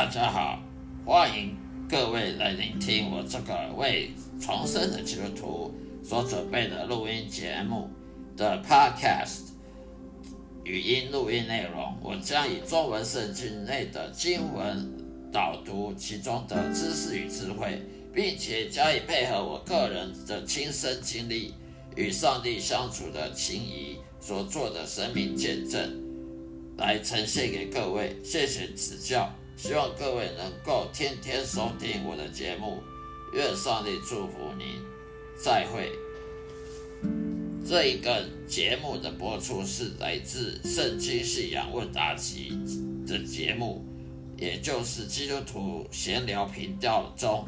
家好，欢迎各位来聆听我这个为重生的基督徒所准备的录音节目的 Podcast 语音录音内容。我将以中文圣经内的经文导读其中的知识与智慧，并且加以配合我个人的亲身经历与上帝相处的情谊所做的生命见证，来呈现给各位。谢谢指教，希望各位能够天天收听我的节目，愿上帝祝福您。再会。这一个节目的播出是来自圣经信仰问答集的节目，也就是基督徒闲聊频道中，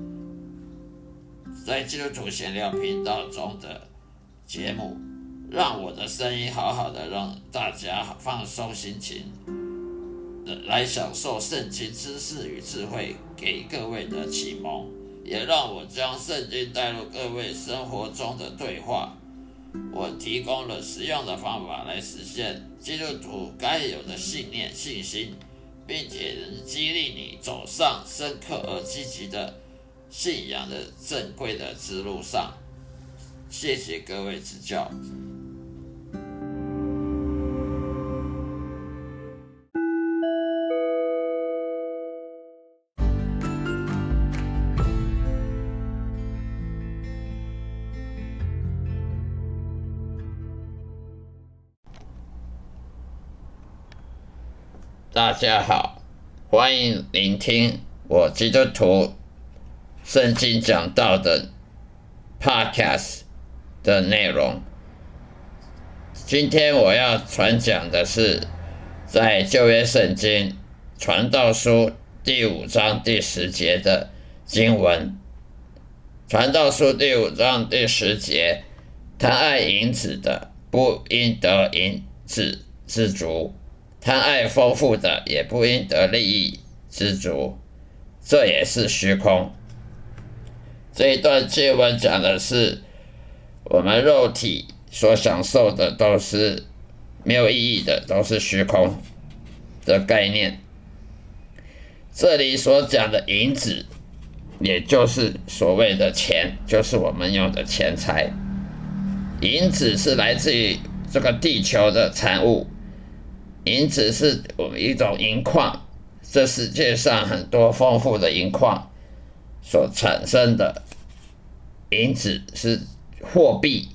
在基督徒闲聊频道中的节目，让我的声音好好的让大家放松心情，来享受圣经知识与智慧给各位的启蒙，也让我将圣经带入各位生活中的对话。我提供了实用的方法来实现基督徒该有的信念、信心，并且能激励你走上深刻而积极的信仰的正规的之路上。谢谢各位指教。大家好，欢迎聆听我基督徒圣经讲道的 Podcast 的内容。今天我要传讲的是在旧约圣经传道书第5章第10节的经文。传道书第5章第10节，贪爱银子的，不应得银子知足；贪爱丰富的，也不应得利益知足，这也是虚空。这一段经文讲的是我们肉体所享受的都是没有意义的，都是虚空的概念。这里所讲的银子，也就是所谓的钱，就是我们用的钱财。银子是来自于这个地球的产物，银子是我们一种银矿，这世界上很多丰富的银矿所产生的。银子是货币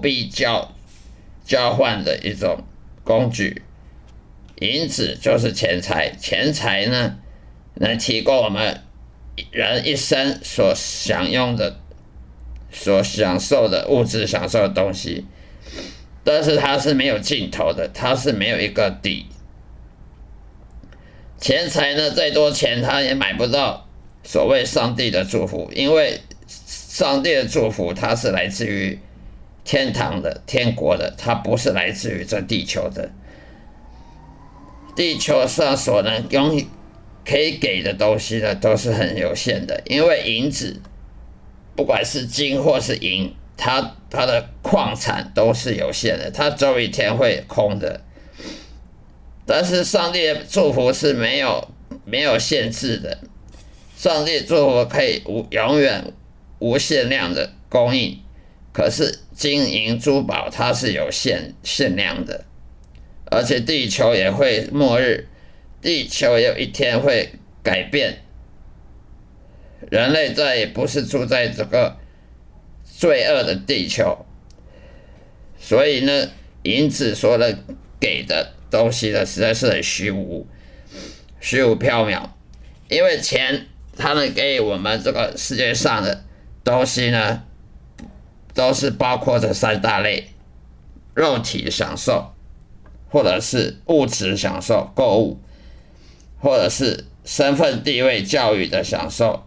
交换的一种工具，银子就是钱财。钱财呢，能提供我们人一生所享用的、所享受的物质享受的东西，但是它是没有尽头的，它是没有一个底。钱财呢，再多钱它也买不到所谓上帝的祝福，因为上帝的祝福它是来自于天堂的、天国的，它不是来自于这地球的。地球上所能可以给的东西呢，都是很有限的，因为银子不管是金或是银，它的矿产都是有限的，它总有一天会空的。但是上帝的祝福是没有限制的，上帝的祝福可以永远无限量的供应，可是金银珠宝它是有限量的，而且地球也会末日，地球也有一天会改变，人类再也不是住在这个罪恶的地球，所以呢，银子所能给的东西呢，实在是很虚无缥缈。因为钱它能给我们这个世界上的东西呢，都是包括这3大类：肉体享受，或者是物质享受、购物，或者是身份地位、教育的享受。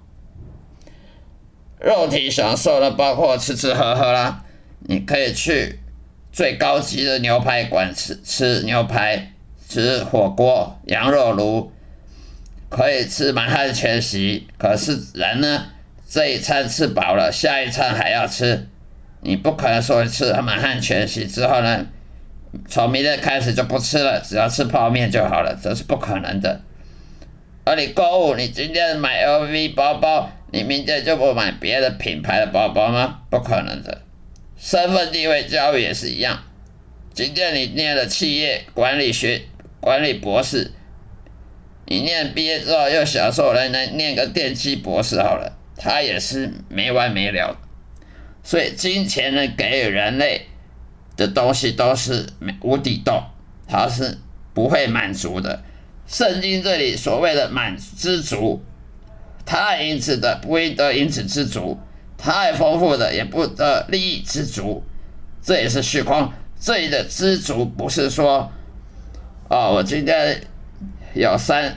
肉体享受呢，包括吃吃喝喝啦，你可以去最高级的牛排馆吃牛排，吃火锅、羊肉炉，可以吃满汉全席。可是人呢，这一餐吃饱了，下一餐还要吃，你不可能说吃了满汉全席之后呢，从明天开始就不吃了，只要吃泡面就好了，这是不可能的。 而你购物，你今天买 LV 包包，你明天就不买别的品牌的包包吗？不可能的。身份地位教育也是一样。今天你念了企业管理博士，你念毕业之后又享受来念个电机博士好了，它也是没完没了的。所以金钱呢，给予人类的东西都是无底洞，它是不会满足的。圣经这里所谓的知足，太因此的不应得因此知足，太丰富的也不得利益知足，这也是虚空。这里的知足不是说，我今天有三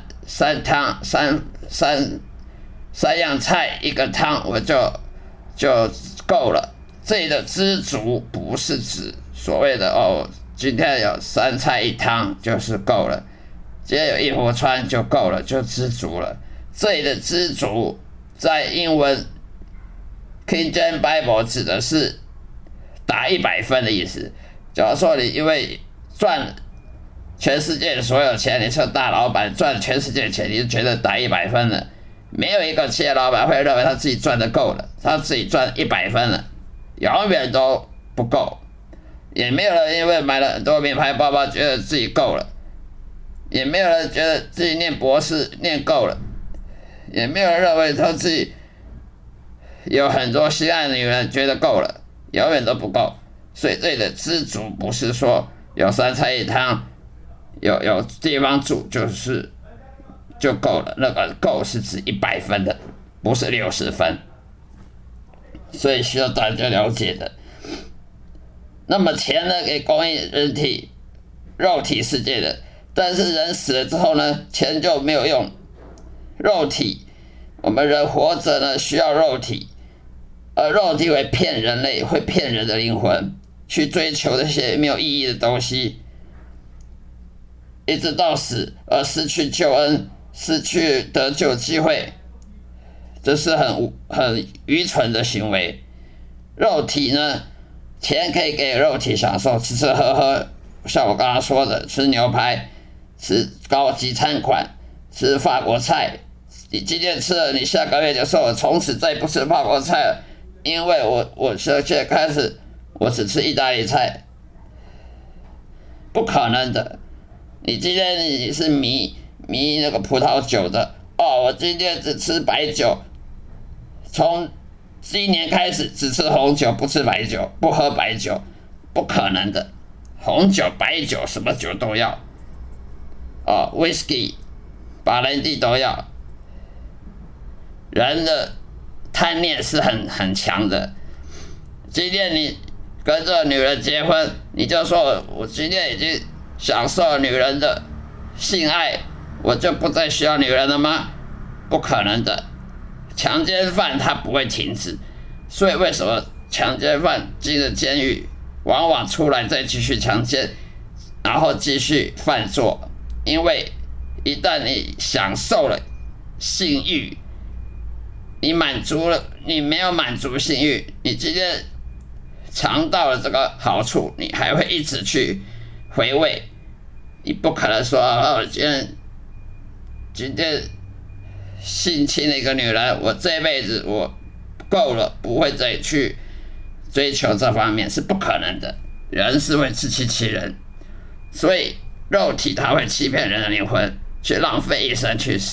样菜一个汤我就够了。这里的知足不是指所谓的今天有3菜1汤就是够了，今天有衣服穿就够了，就知足了。这里的知足在英文 King James Bible 指的是打100分的意思。假如说你因为赚全世界的所有钱，你是大老板赚全世界的钱，你就觉得打100分了。没有一个企业老板会认为他自己赚的够了，他自己赚100分了，永远都不够。也没有人因为买了很多名牌包包觉得自己够了，也没有人觉得自己念博士念够了，也没有人认为他自己有很多心爱的女人觉得够了，永远都不够。所以这里的知足不是说有3菜1汤，有地方住就够了，那个够是指100分的，不是60分，所以需要大家了解的。那么钱呢，给供应人体肉体世界的，但是人死了之后呢，钱就没有用。肉体，我们人活着呢需要肉体，而肉体会骗人类，会骗人的灵魂，去追求那些没有意义的东西，一直到死而失去救恩，失去得救机会，这是很愚蠢的行为。肉体呢，钱可以给肉体享受，吃吃喝喝，像我刚刚说的，吃牛排，吃高级餐馆，吃法国菜。你今天吃了，你下个月就说我从此再不吃法国菜了，因为我现在开始我只吃意大利菜，不可能的。你今天你是迷那个葡萄酒的，我今天只吃白酒，从今年开始只吃红酒，不吃白酒，不喝白酒，不可能的。红酒、白酒什么酒都要，whisky、白兰地都要。人的贪念是很强的。今天你跟这个女人结婚，你就说我今天已经享受女人的性爱，我就不再需要女人了吗？不可能的。强奸犯他不会停止，所以为什么强奸犯进了监狱，往往出来再继续强奸，然后继续犯作？因为一旦你享受了性欲，你满足了，你没有满足性欲，你今天尝到了这个好处，你还会一直去回味。你不可能说今天性侵了一个女人，我这辈子我够了，不会再去追求这方面，是不可能的。人是会自欺欺人，所以肉体它会欺骗人的灵魂，去浪费一生去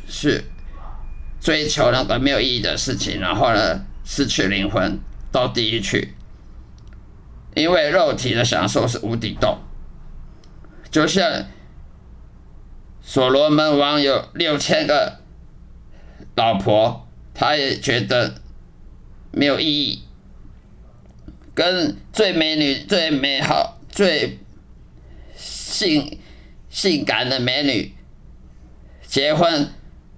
追求那个没有意义的事情，然后呢失去灵魂，到地狱去。因为肉体的享受是无底洞，就像所罗门王有6000个老婆，他也觉得没有意义。跟最美女、最美好、最性感的美女结婚，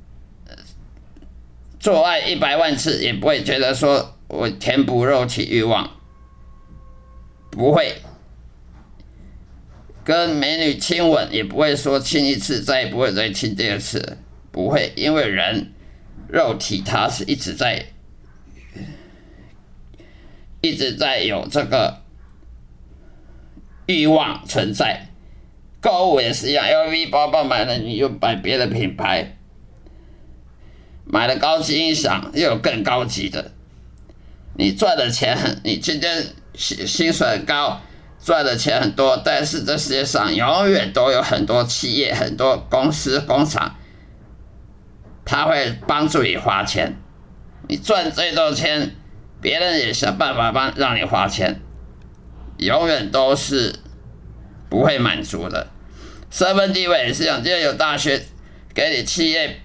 做爱100万次，也不会觉得说我填补肉体欲望，不会。跟美女亲吻也不会说亲1次再也不会再亲第2次，不会。因为人肉体它是一直在有这个欲望存在。购物也是一样， LV 包包买了你又买别的品牌， 买了高级音响，又有更高级的。你赚的钱，你今天薪水很高，赚的钱很多，但是这世界上永远都有很多企业、很多公司、工厂，他会帮助你花钱。你赚最多钱，别人也想办法让你花钱，永远都是不会满足的。身份地位也是一样，今天有大学给你企业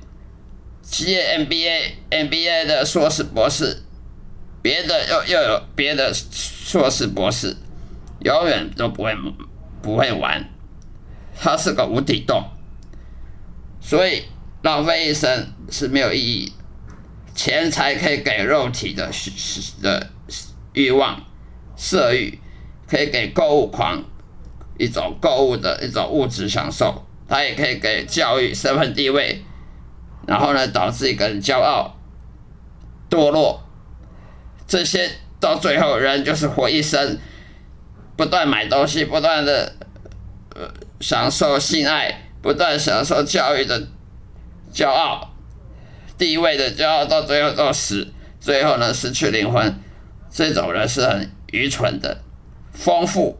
MBA 的硕士博士，别的又有别的硕士博士，永远都不会完，它是个无底洞，所以浪费一生是没有意义。钱财可以给肉体的欲望、色欲，可以给购物狂一种购物的一种物质享受，它也可以给教育、身份地位，然后呢，导致一个人骄傲、堕落。这些到最后，人就是活一生，不断买东西，不断的享受性爱，不断享受教育的骄傲、地位的骄傲，到最后都死，最后呢失去灵魂。这种人是很愚蠢的。丰富，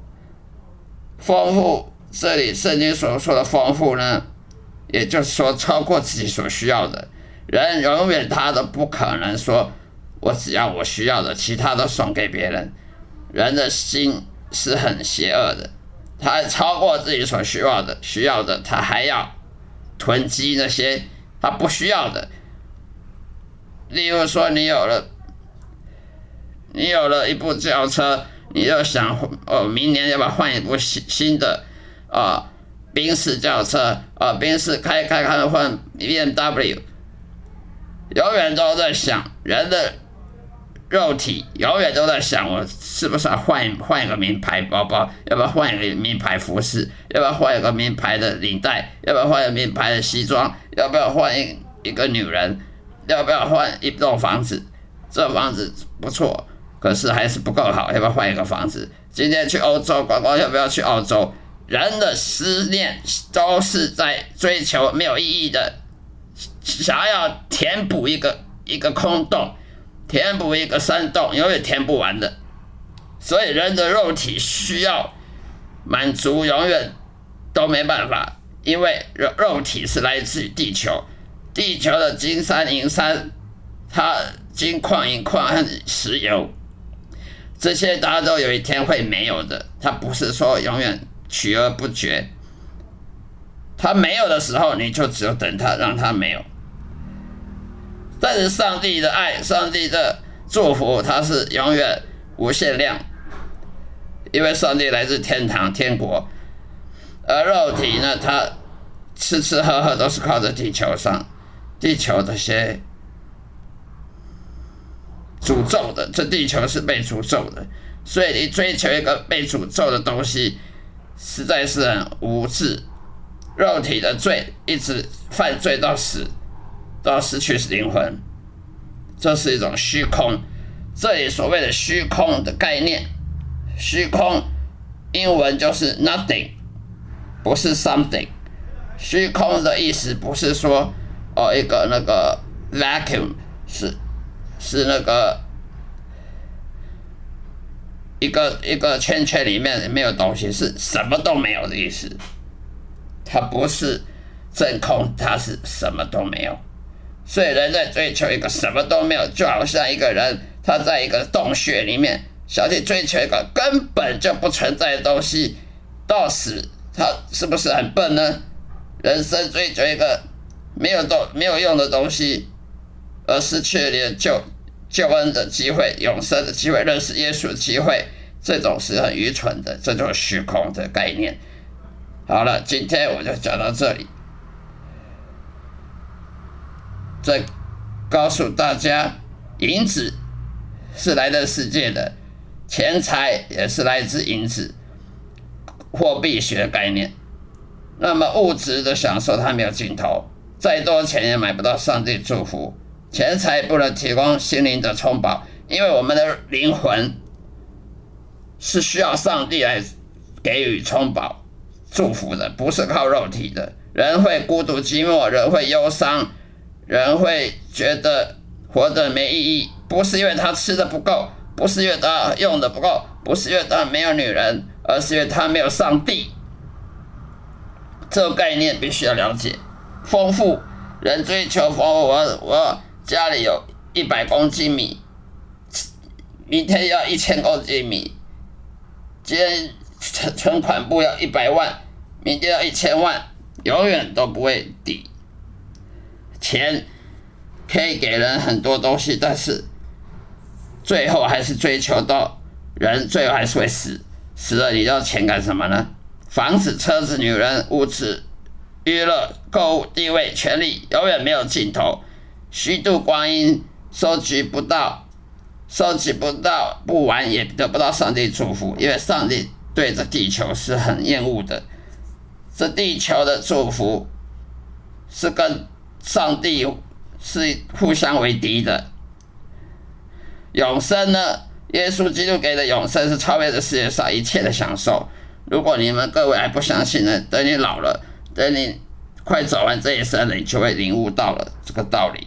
这里圣经所说的丰富呢，也就是说超过自己所需要的。人永远他都不可能说，我只要我需要的，其他都送给别人。人的心是很邪恶的，他超过自己所需要的，他还要囤积那些他不需要的。例如说，你有了一部轿车，你就想明年要不要换一部新的宾士轿车宾士开换 BMW， 永远都在想，人的肉体永远都在想，我是不是要换一个名牌包包，要不要换一个名牌服饰，要不要换一个名牌的领带，要不要换一个名牌的西装，要不要换一个女人，要不要换一栋房子？这房子不错，可是还是不够好，要不要换一个房子？今天去欧洲观光，要不要去澳洲？人的思念都是在追求没有意义的，想要填补一个空洞，填补一个山洞，永远填不完的。所以人的肉体需要满足，永远都没办法，因为肉体是来自于地球，地球的金山银山，它金矿银矿和石油，这些大家都有一天会没有的，它不是说永远取而不绝。它没有的时候，你就只有等它，让它没有。但是上帝的爱，上帝的祝福，它是永远无限量，因为上帝来自天堂天国，而肉体呢，它吃吃喝喝都是靠着地球这些诅咒的，这地球是被诅咒的，所以你追求一个被诅咒的东西，实在是很无知。肉体的罪一直犯罪到死，到失去灵魂，这是一种虚空。这里所谓的虚空的概念，虚空英文就是 nothing， 不是 something。虚空的意思不是说一个那个 vacuum， 是那个一个圈圈里面没有东西，是什么都没有的意思。它不是真空，它是什么都没有。所以人在追求一个什么都没有，就好像一个人他在一个洞穴里面想去追求一个根本就不存在的东西，到死他是不是很笨呢？人生追求一个没有用的东西，而失去了救恩的机会、永生的机会、认识耶稣的机会，这种是很愚蠢的，这就是虚空的概念。好了，今天我就讲到这里。再告诉大家，银子是来自世界的，钱财也是来自银子，货币学的概念。那么物质的享受它没有尽头，再多钱也买不到上帝祝福，钱财不能提供心灵的充饱，因为我们的灵魂是需要上帝来给予充饱祝福的，不是靠肉体的。人会孤独寂寞，人会忧伤， 人会觉得活得没意义，不是因为他吃的不够，不是因为他用的不够，不是因为他没有女人，而是因为他没有上帝。这个概念必须要了解。丰富，人追求丰富，我家里有100公斤米，明天要1000公斤米，今天存款簿要100万，明天要1000万，永远都不会抵。钱可以给人很多东西，但是最后还是追求到人最后还是会死，死了你要钱干什么呢？房子、车子、女人、物质、娱乐、购物、地位、权利，永远没有尽头。虚度光阴，收集不到不完，也得不到上帝祝福，因为上帝对着地球是很厌恶的。这地球的祝福是跟上帝是互相为敌的。永生呢？耶稣基督给的永生是超越这世界上一切的享受。如果你们各位还不相信呢，等你老了，等你快走完这一生了，你就会领悟到了这个道理。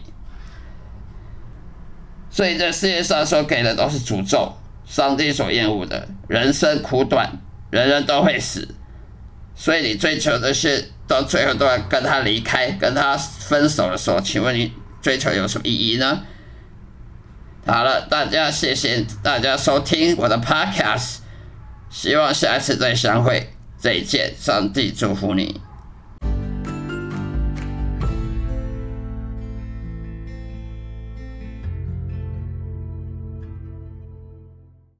所以这世界上所给的都是诅咒，上帝所厌恶的。人生苦短，人人都会死，所以你追求这些，到最后都要跟他离开，跟他分手的时候，请问你追求有什么意义呢？好了，大家谢谢大家收听我的 podcast， 希望下一次再相会，再见，上帝祝福你。